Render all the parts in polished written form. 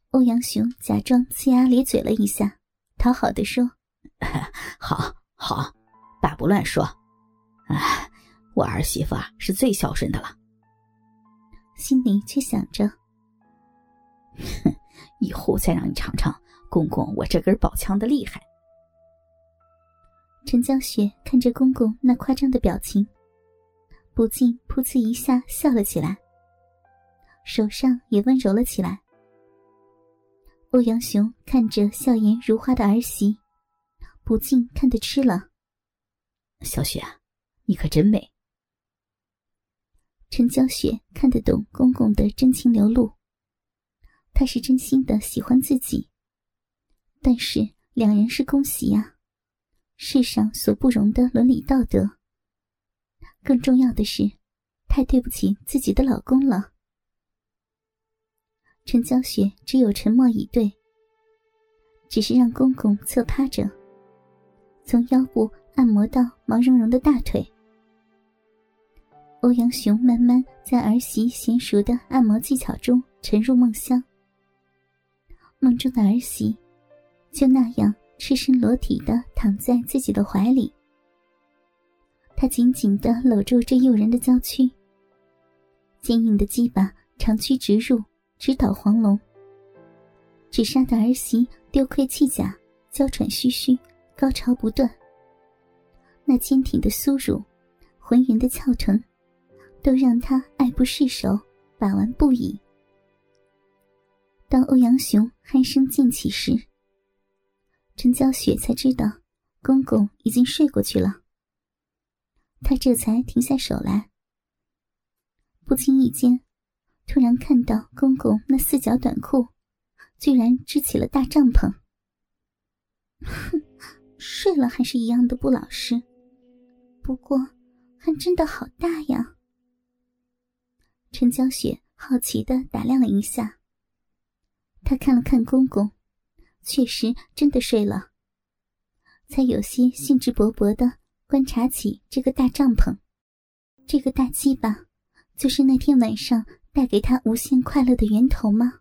欧阳雄假装呲牙咧嘴了一下，讨好地说： 好好，爸不乱说。我儿媳妇是最孝顺的了。 心里却想着， 以后再让你尝尝公公我这根宝枪的厉害。 陈娇雪看着公公那夸张的表情，不禁噗呲一下笑了起来，手上也温柔了起来。欧阳雄看着笑颜如花的儿媳，不禁看得痴了。 小雪你可真美。 陈娇雪看得懂公公的真情流露，他是真心的喜欢自己，但是两人是公媳啊，世上所不容的伦理道德。更重要的是，太对不起自己的老公了。陈娇雪只有沉默以对，只是让公公侧趴着，从腰部按摩到毛茸茸的大腿。欧阳雄慢慢在儿媳娴熟的按摩技巧中沉入梦乡。梦中的儿媳就那样赤身裸体地躺在自己的怀里，他紧紧地搂住这诱人的娇躯，坚硬的鸡巴长驱直入，直捣黄龙，只杀得儿媳丢盔弃甲，娇喘吁吁，高潮不断。那坚挺的酥乳，浑圆的翘臀，都让他爱不释手，把玩不已。当欧阳雄鼾声渐起时，陈娇雪才知道公公已经睡过去了，她这才停下手来。不经意间，突然看到公公那4角短裤居然支起了大帐篷。哼，睡了还是一样的不老实，不过还真的好大呀。陈娇雪好奇地打量了一下，她看了看公公，确实真的睡了，才有些兴致勃勃地观察起这个大帐篷。这个大鸡巴就是那天晚上带给他无限快乐的源头吗？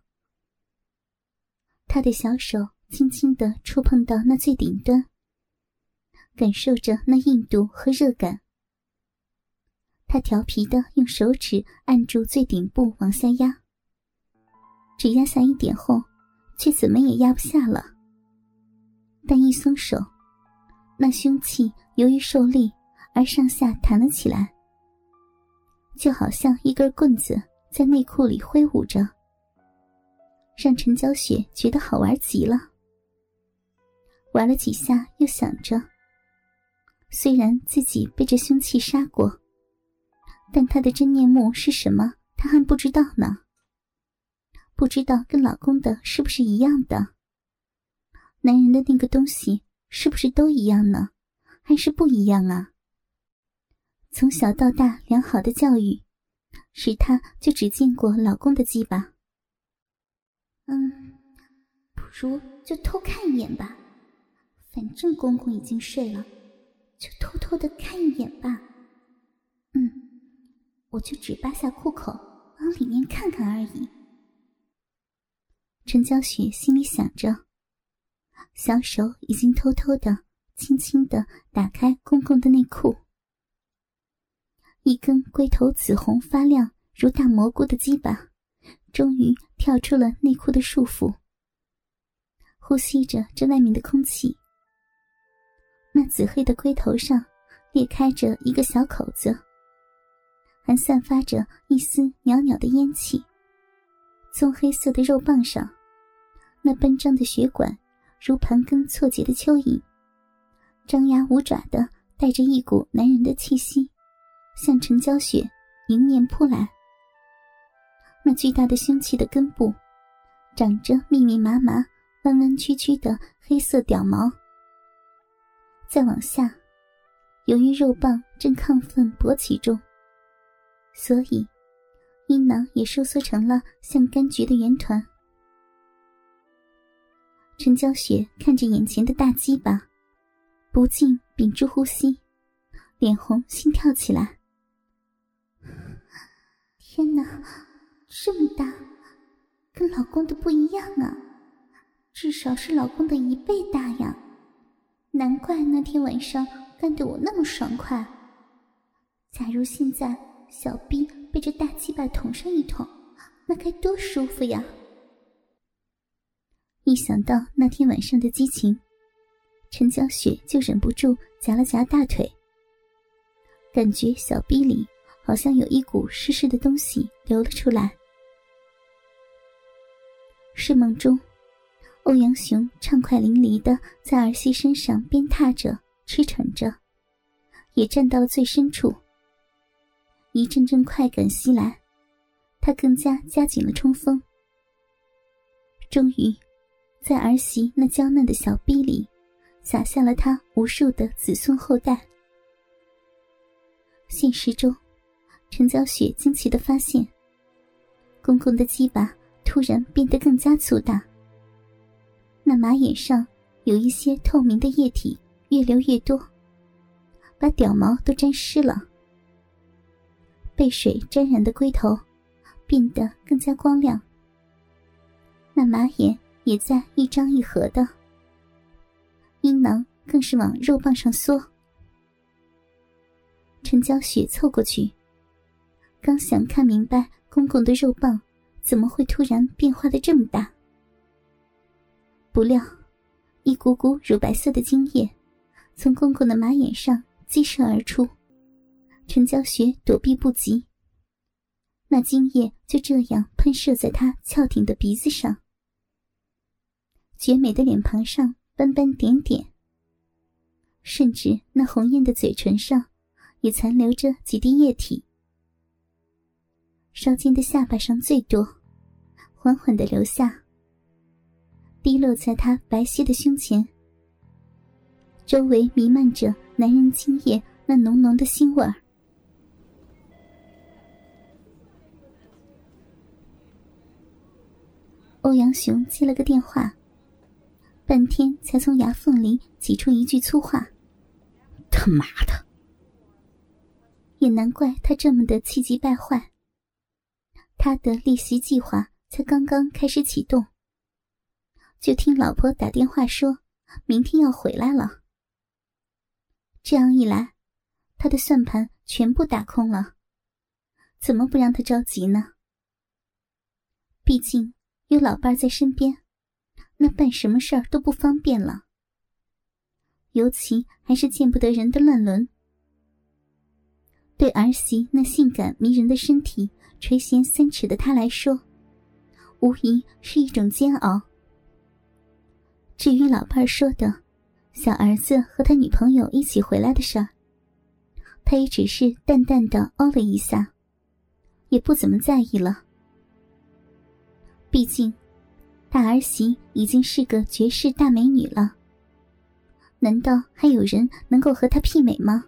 他的小手轻轻地触碰到那最顶端，感受着那硬度和热感。他调皮地用手指按住最顶部往下压，只压下一点后，却怎么也压不下了。但一松手，那凶器由于受力而上下弹了起来，就好像一根棍子在内裤里挥舞着，让陈娇雪觉得好玩极了。玩了几下又想着，虽然自己被这凶器杀过，但她的真面目是什么她还不知道呢，不知道跟老公的是不是一样的，男人的那个东西是不是都一样呢，还是不一样啊？从小到大良好的教育使她就只见过老公的鸡巴。不如就偷看一眼吧，反正公公已经睡了，就偷偷的看一眼吧。我就只扒下裤口往里面看看而已。陈娇雪心里想着，小手已经偷偷的轻轻的打开公公的内裤，一根龟头紫红发亮如大蘑菇的鸡巴终于跳出了内裤的束缚，呼吸着这外面的空气。那紫黑的龟头上裂开着一个小口子，还散发着一丝袅袅的烟气。棕黑色的肉棒上，那奔张的血管如盘根错节的蚯蚓，张牙舞爪的带着一股男人的气息，向陈娇雪迎面扑来。那巨大的凶器的根部长着密密麻麻弯弯曲曲的黑色屌毛，再往下，由于肉棒正亢奋勃起中，所以阴囊也收缩成了像柑橘的圆团。陈娇雪看着眼前的大鸡巴，不禁屏住呼吸，脸红心跳起来。天哪，这么大， 跟老公的不一样啊，至少是老公的1倍大呀，难怪那天晚上干得我那么爽快。假如现在小逼被这大鸡巴捅上一捅，那该多舒服呀。一想到那天晚上的激情，陈娇雪就忍不住夹了夹大腿，感觉小逼里好像有一股湿湿的东西流了出来。睡梦中，欧阳雄畅快淋漓地在儿媳身上鞭挞着驰骋着，也站到了最深处。一阵阵快感袭来，他更加加紧了冲锋。终于在儿媳那娇嫩的小逼里撒下了他无数的子孙后代。现实中，陈娇雪惊奇地发现，公公的鸡巴突然变得更加粗大，那马眼上有一些透明的液体越流越多，把屌毛都沾湿了。被水沾染的龟头变得更加光亮，那马眼也在一张一合的，阴囊更是往肉棒上缩。陈娇雪凑过去，刚想看明白公公的肉棒怎么会突然变化得这么大，不料一股股乳白色的精液从公公的马眼上激射而出，陈娇雪躲避不及，那精液就这样喷射在她翘挺的鼻子上，绝美的脸庞上斑斑点点，甚至那红艳的嘴唇上也残留着几滴液体。稍尖的下巴上最多，缓缓地流下，滴落在她白皙的胸前，周围弥漫着男人精液那浓浓的腥味儿。欧阳雄接了个电话，半天才从牙缝里挤出一句粗话： 他妈的！ 也难怪他这么的气急败坏，他的猎袭计划才刚刚开始启动，就听老婆打电话说明天要回来了。这样一来，他的算盘全部打空了，怎么不让他着急呢？毕竟有老伴在身边，那办什么事儿都不方便了，尤其还是见不得人的乱伦。对儿媳那性感迷人的身体垂涎3尺的他来说，无疑是一种煎熬。至于老伴说的小儿子和他女朋友一起回来的事儿，他也只是淡淡的哦了一下，也不怎么在意了。毕竟大儿媳已经是个绝世大美女了，难道还有人能够和她媲美吗？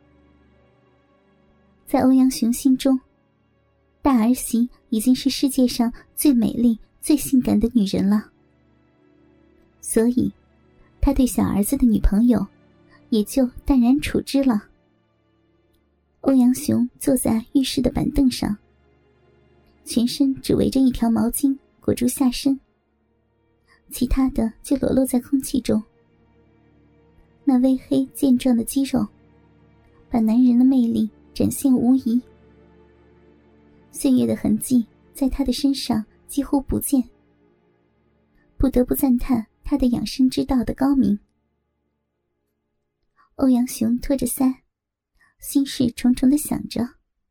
在欧阳雄心中，大儿媳已经是世界上最美丽最性感的女人了，所以他对小儿子的女朋友也就淡然处之了。欧阳雄坐在浴室的板凳上，全身只围着一条毛巾裹住下身，其他的就裸露在空气中。那微黑健壮的肌肉把男人的魅力展现无遗，岁月的痕迹在他的身上几乎不见，不得不赞叹他的养生之道的高明。欧阳雄托着腮，心事重重地想着，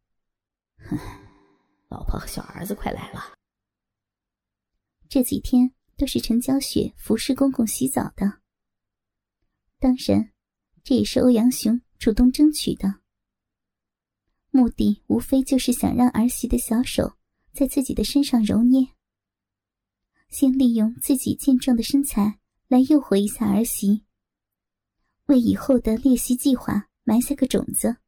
老婆和小儿子快来了。 这几天都是陈娇雪服侍公公洗澡的，当然这也是欧阳雄主动争取的，目的无非就是想让儿媳的小手在自己的身上揉捏，先利用自己健壮的身材来诱惑一下儿媳，为以后的猎袭计划埋下个种子。